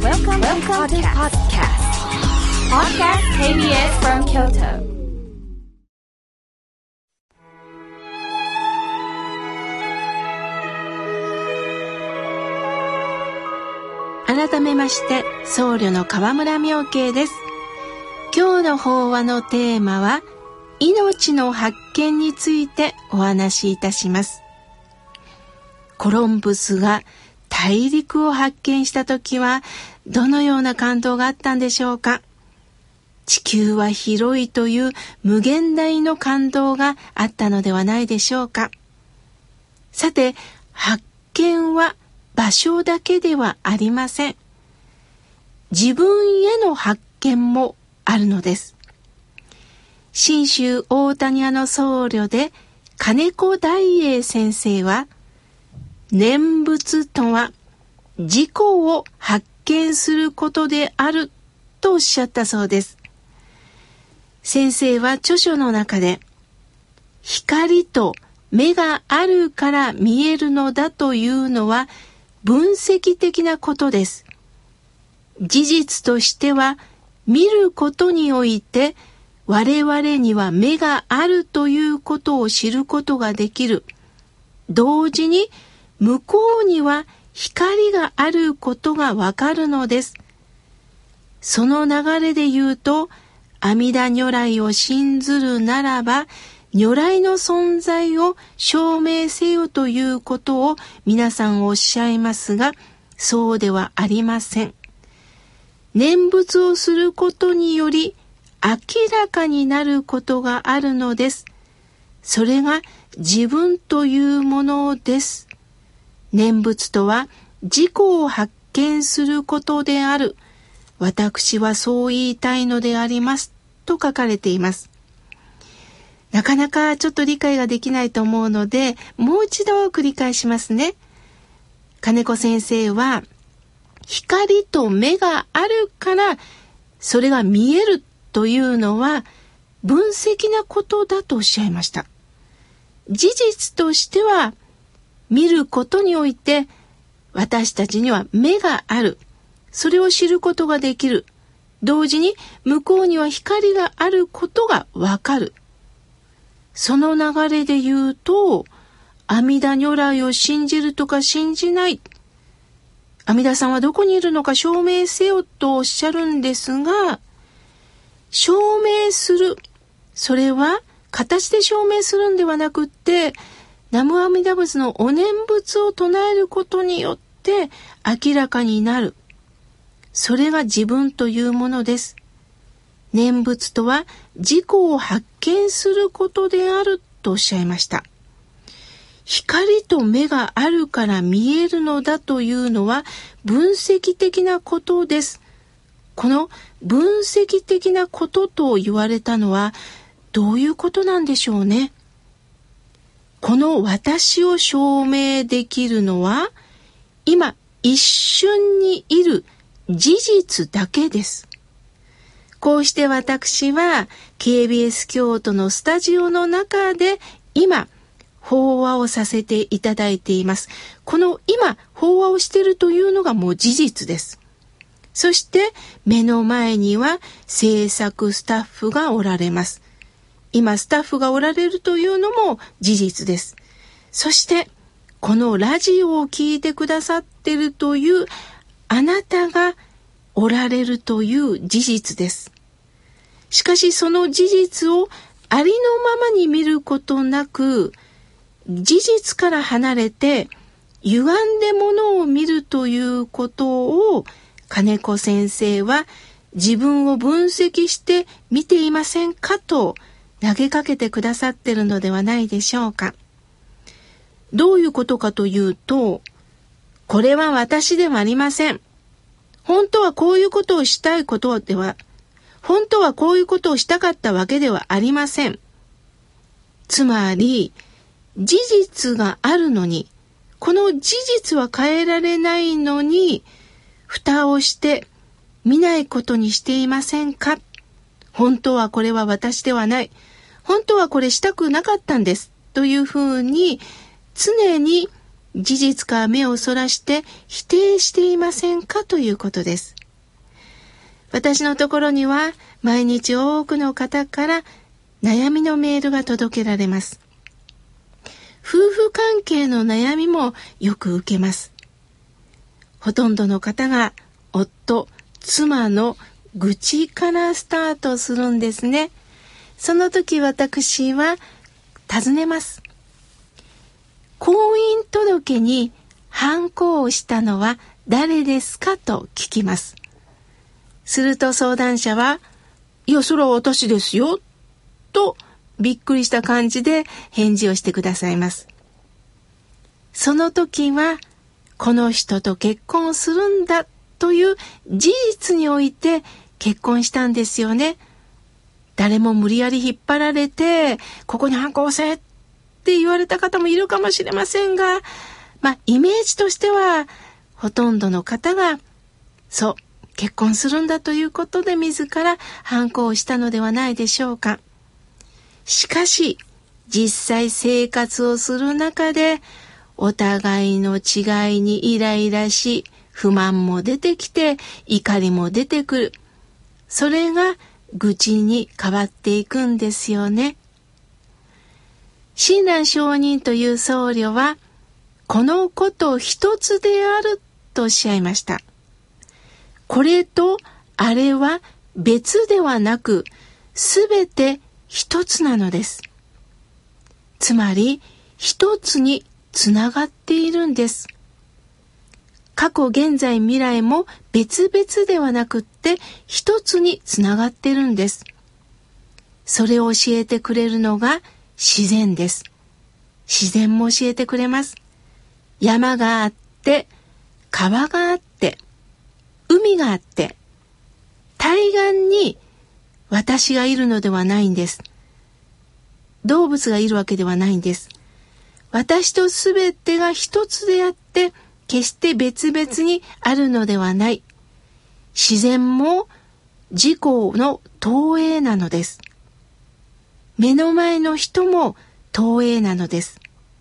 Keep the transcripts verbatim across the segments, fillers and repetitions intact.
Welcome, Welcome to podcast. Podcast ケービーエス from Kyoto. 改めまして僧侶の河村妙慶です。今日の法話のテーマは命の発見についてお話しいたします。コロンブスが大陸を発見したときはどのような感動があったんでしょうか。地球は広いという無限大の感動があったのではないでしょうか。さて、発見は場所だけではありません。自分への発見もあるのです。信州大谷屋の僧侶で金子大英先生は、念仏とは自己を発見することであるとおっしゃったそうです。先生は著書の中で、光と目があるから見えるのだというのは分析的なことです。事実としては見ることにおいて我々には目があるということを知ることができる。同時に向こうには光があることがわかるのです。その流れで言うと、阿弥陀如来を信ずるならば、如来の存在を証明せよということを皆さんおっしゃいますが、そうではありません。念仏をすることにより明らかになることがあるのです。それが自分というものです。念仏とは自己を発見することである。私はそう言いたいのでありますと書かれています。なかなかちょっと理解ができないと思うので、もう一度繰り返しますね。金子先生は、光と目があるからそれが見えるというのは分析なことだとおっしゃいました。事実としては見ることにおいて私たちには目がある。それを知ることができる。同時に向こうには光があることがわかる。その流れで言うと、阿弥陀如来を信じるとか信じない。阿弥陀さんはどこにいるのか証明せよとおっしゃるんですが、証明する。それは形で証明するんではなくって、南無阿弥陀仏のお念仏を唱えることによって明らかになる。それが自分というものです。念仏とは自己を発見することであるとおっしゃいました。光と目があるから見えるのだというのは分析的なことです。この分析的なことと言われたのはどういうことなんでしょうね。この私を証明できるのは今一瞬にいる事実だけです。こうして私は ケービーエス 京都のスタジオの中で今法話をさせていただいています。この今法話をしているというのがもう事実です。そして目の前には制作スタッフがおられます。今スタッフがおられるというのも事実です。そしてこのラジオを聞いてくださっているというあなたがおられるという事実です。しかしその事実をありのままに見ることなく、事実から離れて歪んでものを見るということを金子先生は自分を分析して見ていませんかと投げかけてくださっているのではないでしょうか。どういうことかというと、これは私ではありません。本当はこういうことをしたいことでは、本当はこういうことをしたかったわけではありません。つまり、事実があるのに、この事実は変えられないのに、蓋をして見ないことにしていませんか。本当はこれは私ではない。本当はこれしたくなかったんです。というふうに、常に事実から目をそらして否定していませんかということです。私のところには毎日多くの方から悩みのメールが届けられます。夫婦関係の悩みもよく受けます。ほとんどの方が夫、妻の愚痴からスタートするんですね。その時私は尋ねます。婚姻届にハンコをしたのは誰ですかと聞きます。すると相談者は、いや、それは私ですよ、とびっくりした感じで返事をしてくださいます。その時は、この人と結婚するんだという事実において結婚したんですよね。誰も無理やり引っ張られて、ここにハンコを押せって言われた方もいるかもしれませんが、まあイメージとしてはほとんどの方がそう結婚するんだということで自らハンコをしたのではないでしょうか。しかし実際生活をする中でお互いの違いにイライラし、不満も出てきて怒りも出てくる。それが愚痴に変わっていくんですよね。親鸞上人という僧侶は、このこと一つであるとおっしゃいました。これとあれは別ではなく、すべて一つなのです。つまり、一つにつながっているんです。過去、現在、未来も別々ではなくって一つにつながっているんです。それを教えてくれるのが自然です。自然も教えてくれます。山があって、川があって、海があって、対岸に私がいるのではないんです。動物がいるわけではないんです。私とすべてが一つであって、決して別々にあるのではない。自然も自己の投影なのです。目の前の人も投影なのです。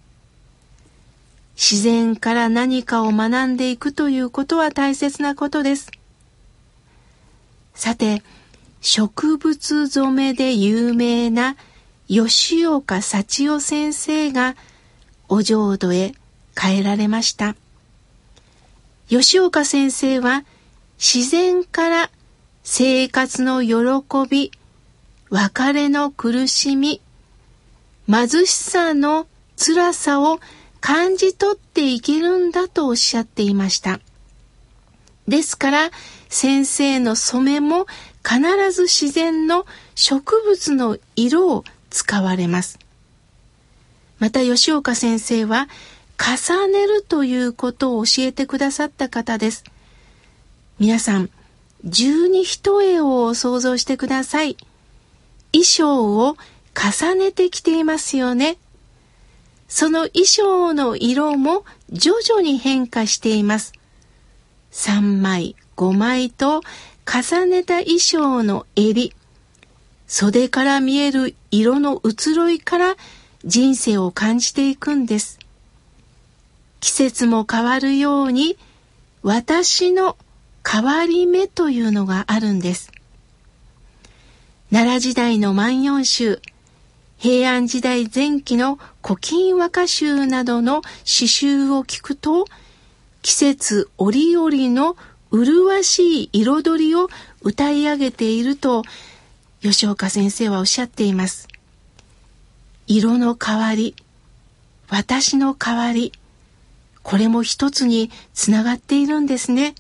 自然から何かを学んでいくということは大切なことです。さて、植物染めで有名な吉岡幸夫先生がお浄土へ帰られました。吉岡先生は自然から生活の喜び、別れの苦しみ、貧しさの辛さを感じ取っていけるんだとおっしゃっていました。ですから先生の染めも必ず自然の植物の色を使われます。また吉岡先生は重ねるということを教えてくださった方です。皆さん、十二一重を想像してください。衣装を重ねてきていますよね。その衣装の色も徐々に変化しています。三枚、五枚と重ねた衣装の襟、袖から見える色の移ろいから人生を感じていくんです。季節も変わるように私の変わり目というのがあるんです。奈良時代の万葉集、平安時代前期の古今和歌集などの詩集を聞くと、季節折々の麗しい彩りを歌い上げていると吉岡先生はおっしゃっています。色の変わり、私の変わり、これも一つにつながっているんですね。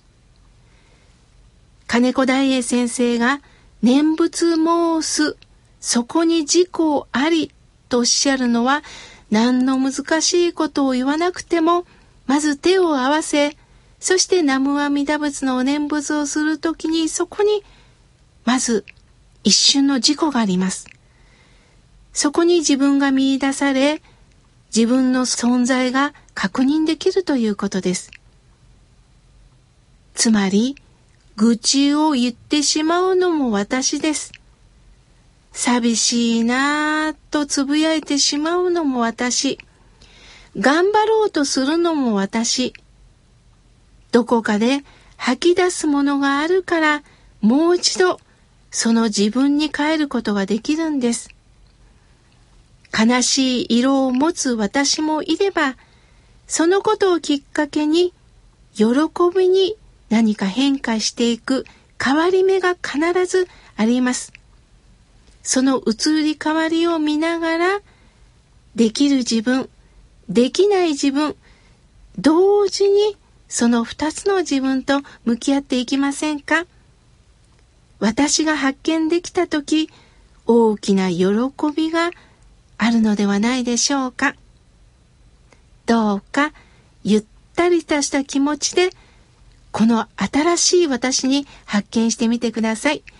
金子大栄先生が念仏申す、そこに自己ありとおっしゃるのは、何の難しいことを言わなくても、まず手を合わせ、そして南無阿弥陀仏のお念仏をするときに、そこにまず一瞬の自己があります。そこに自分が見出され、自分の存在が確認できるということです。つまり、愚痴を言ってしまうのも私です。寂しいなぁとつぶやいてしまうのも私。 頑張ろうとするのも私。どこかで吐き出すものがあるから、もう一度その自分に帰ることができるんです。悲しい色を持つ私もいれば、そのことをきっかけに喜びに何か変化していく変わり目が必ずあります。その移り変わりを見ながら、できる自分、できない自分、同時にその二つの自分と向き合っていきませんか？私が発見できたとき、大きな喜びがあるのではないでしょうか。どうかゆったりとした気持ちで、この新しい私に発見してみてください。